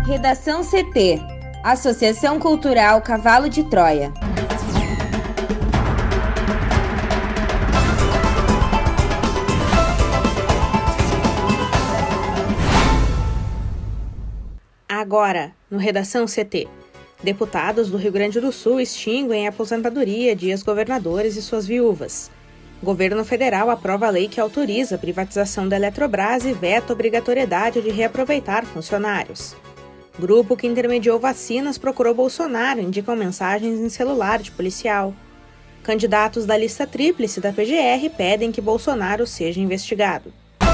Redação CT, Associação Cultural Cavalo de Troia. Agora, no Redação CT, deputados do Rio Grande do Sul extinguem a aposentadoria de ex-governadores e suas viúvas. O governo federal aprova a lei que autoriza a privatização da Eletrobras e veta a obrigatoriedade de reaproveitar funcionários. Grupo que intermediou vacinas procurou Bolsonaro e indicam mensagens em celular de policial. Candidatos da lista tríplice da PGR pedem que Bolsonaro seja investigado.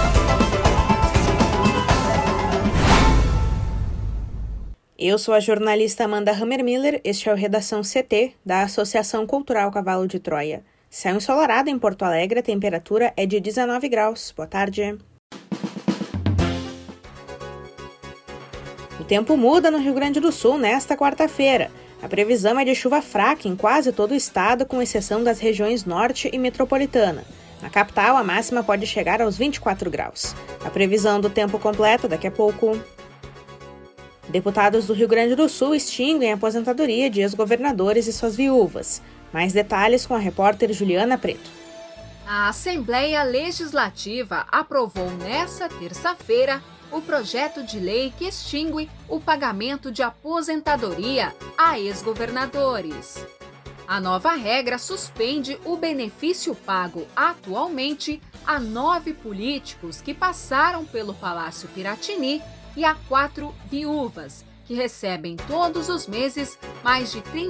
Eu sou a jornalista Amanda Hammermiller, este é o Redação CT, da Associação Cultural Cavalo de Troia. Céu ensolarado em Porto Alegre, a temperatura é de 19 graus. Boa tarde. O tempo muda no Rio Grande do Sul nesta quarta-feira. A previsão é de chuva fraca em quase todo o estado, com exceção das regiões norte e metropolitana. Na capital, a máxima pode chegar aos 24 graus. A previsão do tempo completa daqui a pouco. Deputados do Rio Grande do Sul extinguem a aposentadoria de ex-governadores e suas viúvas. Mais detalhes com a repórter Juliana Preto. A Assembleia Legislativa aprovou nesta terça-feira o projeto de lei que extingue o pagamento de aposentadoria a ex-governadores. A nova regra suspende o benefício pago atualmente a 9 políticos que passaram pelo Palácio Piratini e a 4 viúvas, que recebem todos os meses mais de R$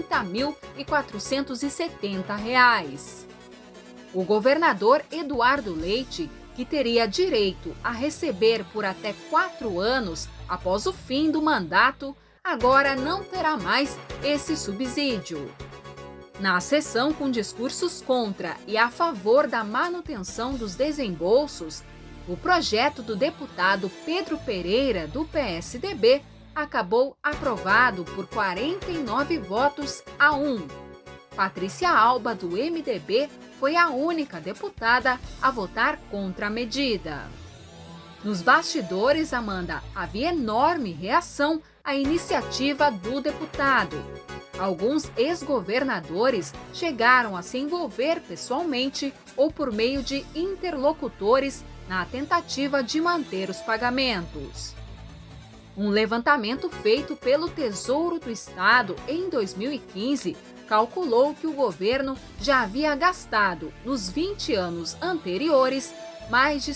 30.470. O governador Eduardo Leite, que teria direito a receber por até 4 anos após o fim do mandato, agora não terá mais esse subsídio. Na sessão com discursos contra e a favor da manutenção dos desembolsos, o projeto do deputado Pedro Pereira, do PSDB, acabou aprovado por 49 votos a 1. Patrícia Alba, do MDB, foi a única deputada a votar contra a medida. Nos bastidores, Amanda, havia enorme reação à iniciativa do deputado. Alguns ex-governadores chegaram a se envolver pessoalmente ou por meio de interlocutores na tentativa de manter os pagamentos. Um levantamento feito pelo Tesouro do Estado em 2015 calculou que o governo já havia gastado, nos 20 anos anteriores, mais de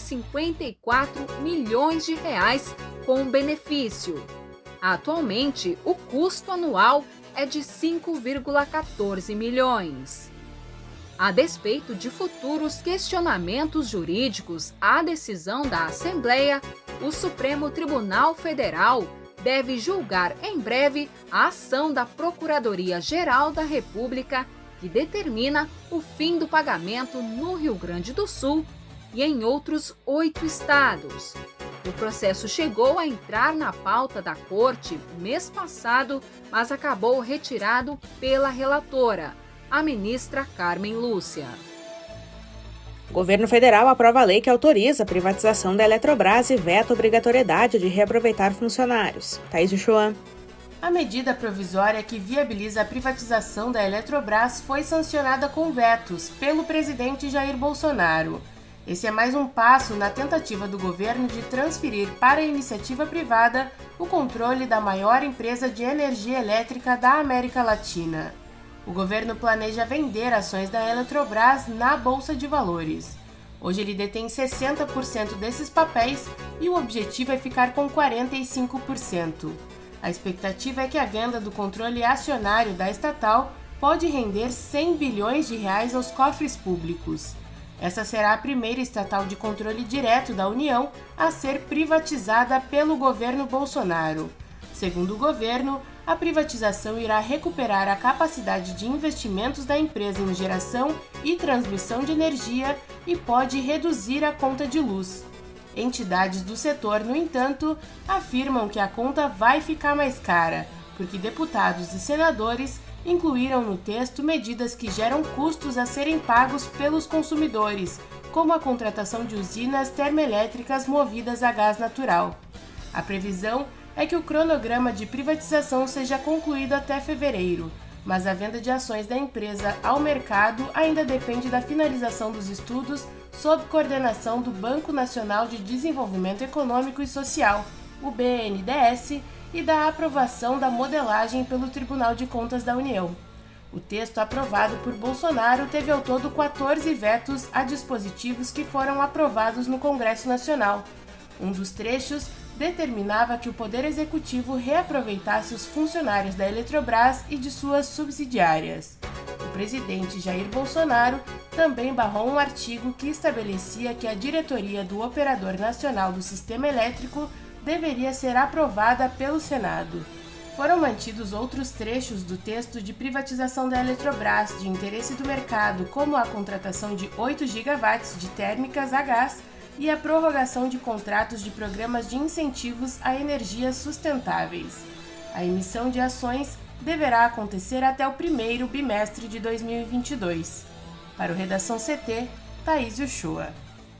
54 milhões de reais com o benefício. Atualmente, o custo anual é de 5,14 milhões. A despeito de futuros questionamentos jurídicos à decisão da Assembleia, o Supremo Tribunal Federal deve julgar em breve a ação da Procuradoria-Geral da República, que determina o fim do pagamento no Rio Grande do Sul e em outros 8 estados. O processo chegou a entrar na pauta da Corte mês passado, mas acabou retirado pela relatora, a ministra Carmen Lúcia. O governo federal aprova a lei que autoriza a privatização da Eletrobras e veta a obrigatoriedade de reaproveitar funcionários. Thaís Uchoan. A medida provisória que viabiliza a privatização da Eletrobras foi sancionada com vetos pelo presidente Jair Bolsonaro. Esse é mais um passo na tentativa do governo de transferir para a iniciativa privada o controle da maior empresa de energia elétrica da América Latina. O governo planeja vender ações da Eletrobras na Bolsa de Valores. Hoje ele detém 60% desses papéis e o objetivo é ficar com 45%. A expectativa é que a venda do controle acionário da estatal pode render 100 bilhões de reais aos cofres públicos. Essa será a primeira estatal de controle direto da União a ser privatizada pelo governo Bolsonaro. Segundo o governo, a privatização irá recuperar a capacidade de investimentos da empresa em geração e transmissão de energia e pode reduzir a conta de luz. Entidades do setor, no entanto, afirmam que a conta vai ficar mais cara, porque deputados e senadores incluíram no texto medidas que geram custos a serem pagos pelos consumidores, como a contratação de usinas termoelétricas movidas a gás natural. A previsão é que o cronograma de privatização seja concluído até fevereiro, mas a venda de ações da empresa ao mercado ainda depende da finalização dos estudos sob coordenação do Banco Nacional de Desenvolvimento Econômico e Social, o BNDES, e da aprovação da modelagem pelo Tribunal de Contas da União. O texto aprovado por Bolsonaro teve ao todo 14 vetos a dispositivos que foram aprovados no Congresso Nacional. Um dos trechos determinava que o Poder Executivo reaproveitasse os funcionários da Eletrobras e de suas subsidiárias. O presidente Jair Bolsonaro também barrou um artigo que estabelecia que a diretoria do Operador Nacional do Sistema Elétrico deveria ser aprovada pelo Senado. Foram mantidos outros trechos do texto de privatização da Eletrobras de interesse do mercado, como a contratação de 8 gigawatts de térmicas a gás e a prorrogação de contratos de programas de incentivos a energias sustentáveis. A emissão de ações deverá acontecer até o primeiro bimestre de 2022. Para o Redação CT, Thaís Uchoa.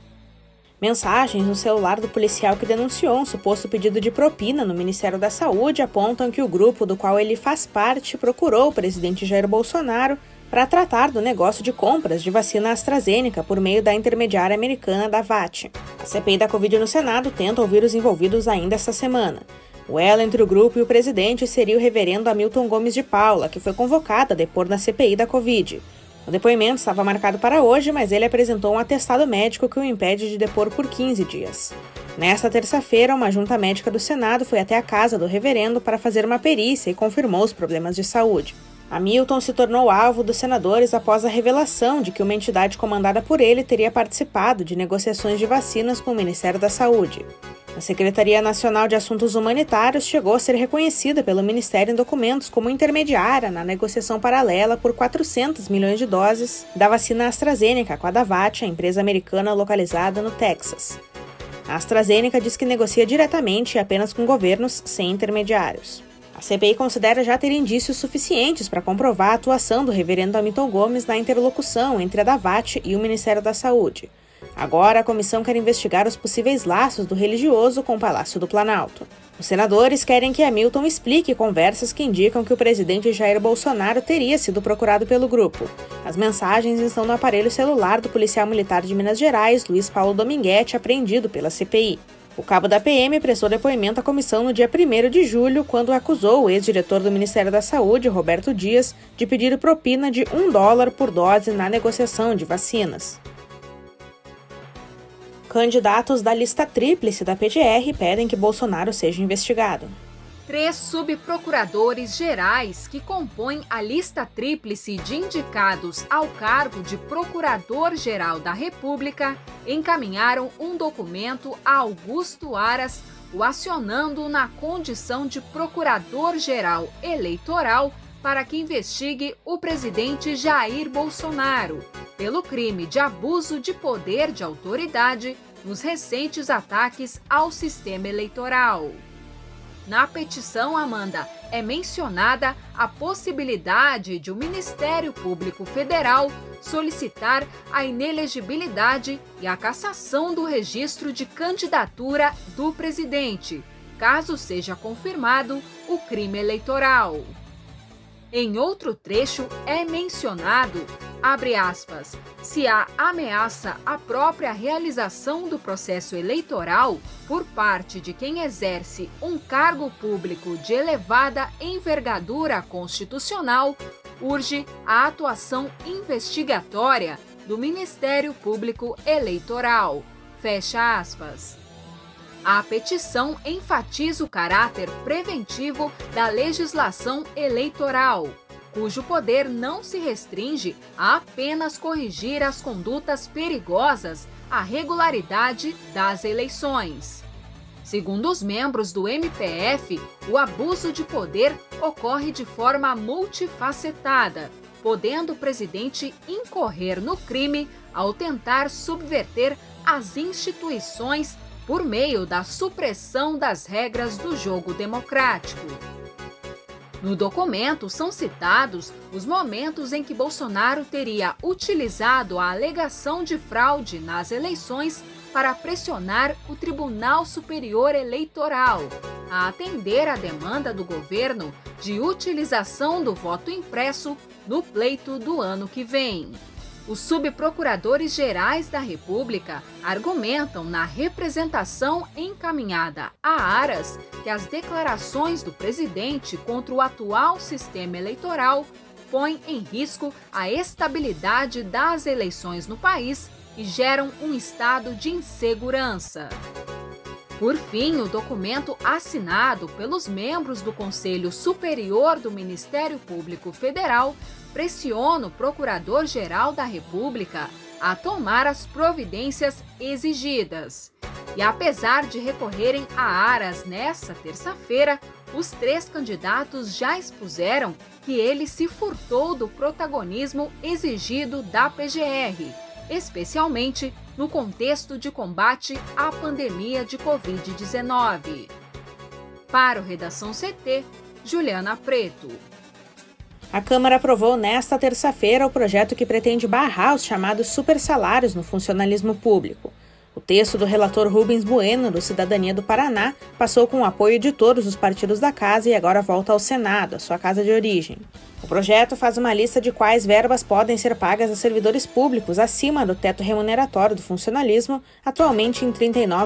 Mensagens no celular do policial que denunciou um suposto pedido de propina no Ministério da Saúde apontam que o grupo do qual ele faz parte procurou o presidente Jair Bolsonaro para tratar do negócio de compras de vacina AstraZeneca por meio da intermediária americana da VAT. A CPI da Covid no Senado tenta ouvir os envolvidos ainda esta semana. O elo entre o grupo e o presidente seria o reverendo Hamilton Gomes de Paula, que foi convocado a depor na CPI da Covid. O depoimento estava marcado para hoje, mas ele apresentou um atestado médico que o impede de depor por 15 dias. Nesta terça-feira, uma junta médica do Senado foi até a casa do reverendo para fazer uma perícia e confirmou os problemas de saúde. Hamilton se tornou alvo dos senadores após a revelação de que uma entidade comandada por ele teria participado de negociações de vacinas com o Ministério da Saúde. A Secretaria Nacional de Assuntos Humanitários chegou a ser reconhecida pelo Ministério em documentos como intermediária na negociação paralela por 400 milhões de doses da vacina AstraZeneca com a Davat, a empresa americana localizada no Texas. A AstraZeneca diz que negocia diretamente e apenas com governos sem intermediários. A CPI considera já ter indícios suficientes para comprovar a atuação do reverendo Hamilton Gomes na interlocução entre a Davat e o Ministério da Saúde. Agora, a comissão quer investigar os possíveis laços do religioso com o Palácio do Planalto. Os senadores querem que Hamilton explique conversas que indicam que o presidente Jair Bolsonaro teria sido procurado pelo grupo. As mensagens estão no aparelho celular do policial militar de Minas Gerais, Luiz Paulo Dominguete, apreendido pela CPI. O cabo da PM prestou depoimento à comissão no dia 1º de julho, quando acusou o ex-diretor do Ministério da Saúde, Roberto Dias, de pedir propina de $1 por dose na negociação de vacinas. Candidatos da lista tríplice da PGR pedem que Bolsonaro seja investigado. 3 subprocuradores gerais que compõem a lista tríplice de indicados ao cargo de Procurador-Geral da República encaminharam um documento a Augusto Aras, o acionando na condição de Procurador-Geral Eleitoral para que investigue o presidente Jair Bolsonaro pelo crime de abuso de poder de autoridade nos recentes ataques ao sistema eleitoral. Na petição, Amanda, é mencionada a possibilidade de o Ministério Público Federal solicitar a inelegibilidade e a cassação do registro de candidatura do presidente, caso seja confirmado o crime eleitoral. Em outro trecho é mencionado, abre aspas, se há ameaça à própria realização do processo eleitoral por parte de quem exerce um cargo público de elevada envergadura constitucional, urge a atuação investigatória do Ministério Público Eleitoral. Fecha aspas. A petição enfatiza o caráter preventivo da legislação eleitoral, cujo poder não se restringe a apenas corrigir as condutas perigosas à regularidade das eleições. Segundo os membros do MPF, o abuso de poder ocorre de forma multifacetada, podendo o presidente incorrer no crime ao tentar subverter as instituições por meio da supressão das regras do jogo democrático. No documento são citados os momentos em que Bolsonaro teria utilizado a alegação de fraude nas eleições para pressionar o Tribunal Superior Eleitoral, a atender à demanda do governo de utilização do voto impresso no pleito do ano que vem. Os subprocuradores-gerais da República argumentam na representação encaminhada a Aras que as declarações do presidente contra o atual sistema eleitoral põem em risco a estabilidade das eleições no país e geram um estado de insegurança. Por fim, o documento assinado pelos membros do Conselho Superior do Ministério Público Federal pressiona o Procurador-Geral da República a tomar as providências exigidas. E apesar de recorrerem a Aras nesta terça-feira, os 3 candidatos já expuseram que ele se furtou do protagonismo exigido da PGR, especialmente no contexto de combate à pandemia de Covid-19. Para o Redação CT, Juliana Preto. A Câmara aprovou nesta terça-feira o projeto que pretende barrar os chamados supersalários no funcionalismo público. O texto do relator Rubens Bueno, do Cidadania do Paraná, passou com o apoio de todos os partidos da casa e agora volta ao Senado, a sua casa de origem. O projeto faz uma lista de quais verbas podem ser pagas a servidores públicos acima do teto remuneratório do funcionalismo, atualmente em R$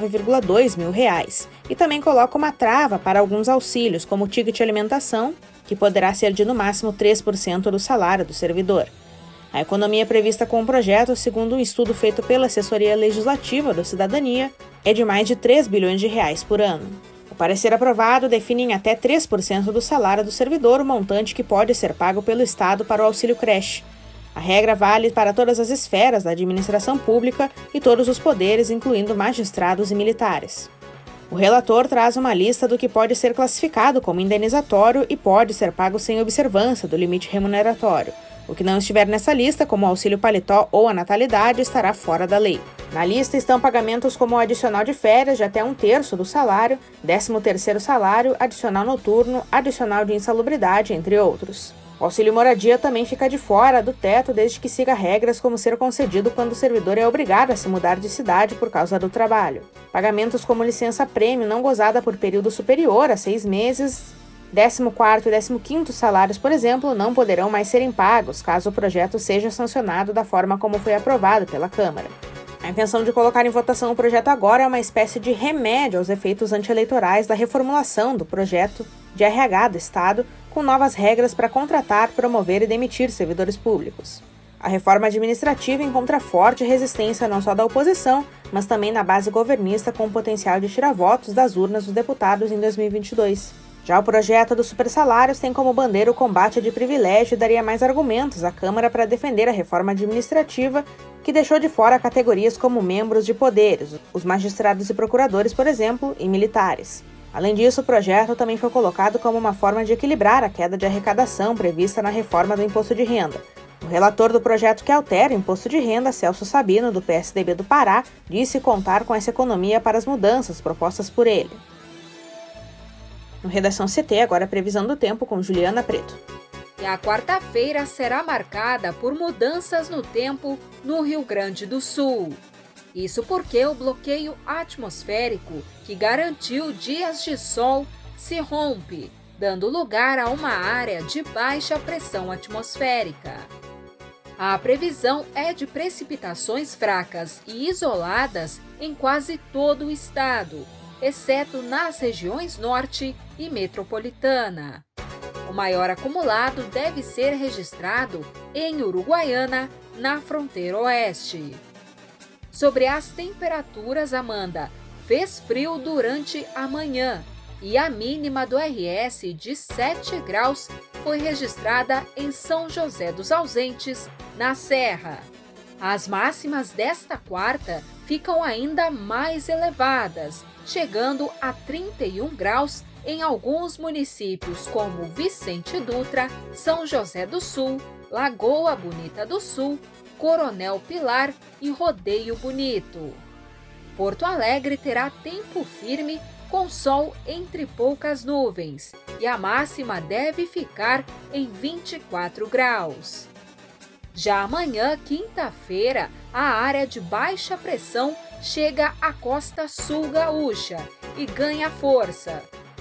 39,2 mil, e também coloca uma trava para alguns auxílios, como o ticket de alimentação, que poderá ser de no máximo 3% do salário do servidor. A economia prevista com o projeto, segundo um estudo feito pela Assessoria Legislativa do Cidadania, é de mais de R$ 3 bilhões por ano. O parecer aprovado define em até 3% do salário do servidor o montante que pode ser pago pelo Estado para o auxílio creche. A regra vale para todas as esferas da administração pública e todos os poderes, incluindo magistrados e militares. O relator traz uma lista do que pode ser classificado como indenizatório e pode ser pago sem observância do limite remuneratório. O que não estiver nessa lista, como o auxílio paletó ou a natalidade, estará fora da lei. Na lista estão pagamentos como o adicional de férias de até 1/3 do salário, 13º salário, adicional noturno, adicional de insalubridade, entre outros. O auxílio moradia também fica de fora do teto desde que siga regras como ser concedido quando o servidor é obrigado a se mudar de cidade por causa do trabalho. Pagamentos como licença-prêmio não gozada por período superior a 6 meses, 14º e 15º salários, por exemplo, não poderão mais serem pagos caso o projeto seja sancionado da forma como foi aprovado pela Câmara. A intenção de colocar em votação o projeto agora é uma espécie de remédio aos efeitos antieleitorais da reformulação do projeto de RH do Estado, com novas regras para contratar, promover e demitir servidores públicos. A reforma administrativa encontra forte resistência não só da oposição, mas também na base governista com o potencial de tirar votos das urnas dos deputados em 2022. Já o projeto dos supersalários tem como bandeira o combate de privilégio e daria mais argumentos à Câmara para defender a reforma administrativa, que deixou de fora categorias como membros de poderes, os magistrados e procuradores, por exemplo, e militares. Além disso, o projeto também foi colocado como uma forma de equilibrar a queda de arrecadação prevista na reforma do imposto de renda. O relator do projeto que altera o imposto de renda, Celso Sabino, do PSDB do Pará, disse contar com essa economia para as mudanças propostas por ele. No Redação CT, agora a previsão do tempo com Juliana Preto. E a quarta-feira será marcada por mudanças no tempo no Rio Grande do Sul. Isso porque o bloqueio atmosférico, que garantiu dias de sol, se rompe, dando lugar a uma área de baixa pressão atmosférica. A previsão é de precipitações fracas e isoladas em quase todo o estado, exceto nas regiões norte e metropolitana. O maior acumulado deve ser registrado em Uruguaiana, na fronteira oeste. Sobre as temperaturas, Amanda, fez frio durante a manhã e a mínima do RS de 7 graus foi registrada em São José dos Ausentes, na Serra. As máximas desta quarta ficam ainda mais elevadas, chegando a 31 graus em alguns municípios como Vicente Dutra, São José do Sul, Lagoa Bonita do Sul, Coronel Pilar e Rodeio Bonito. Porto Alegre terá tempo firme com sol entre poucas nuvens e a máxima deve ficar em 24 graus. Já amanhã, quinta-feira, a área de baixa pressão chega à costa sul gaúcha e ganha força.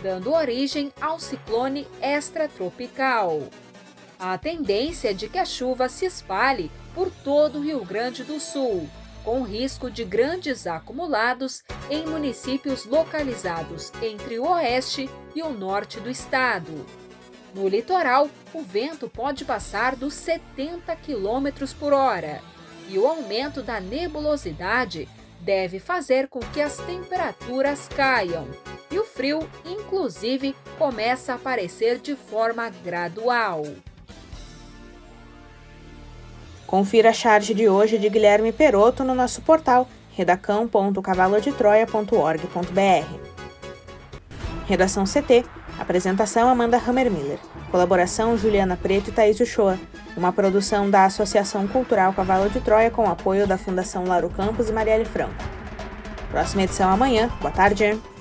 dando origem ao ciclone extratropical. A tendência é de que a chuva se espalhe por todo o Rio Grande do Sul, com risco de grandes acumulados em municípios localizados entre o oeste e o norte do estado. No litoral, o vento pode passar dos 70 km por hora e o aumento da nebulosidade deve fazer com que as temperaturas caiam e o frio, inclusive, começa a aparecer de forma gradual. Confira a charge de hoje de Guilherme Perotto no nosso portal redacão.cavalodetroia.org.br. Redação CT. Apresentação Amanda Hammermiller. Colaboração Juliana Preto e Thaís Uchoa. Uma produção da Associação Cultural Cavalo de Troia com apoio da Fundação Lauro Campos e Marielle Franco. Próxima edição amanhã. Boa tarde.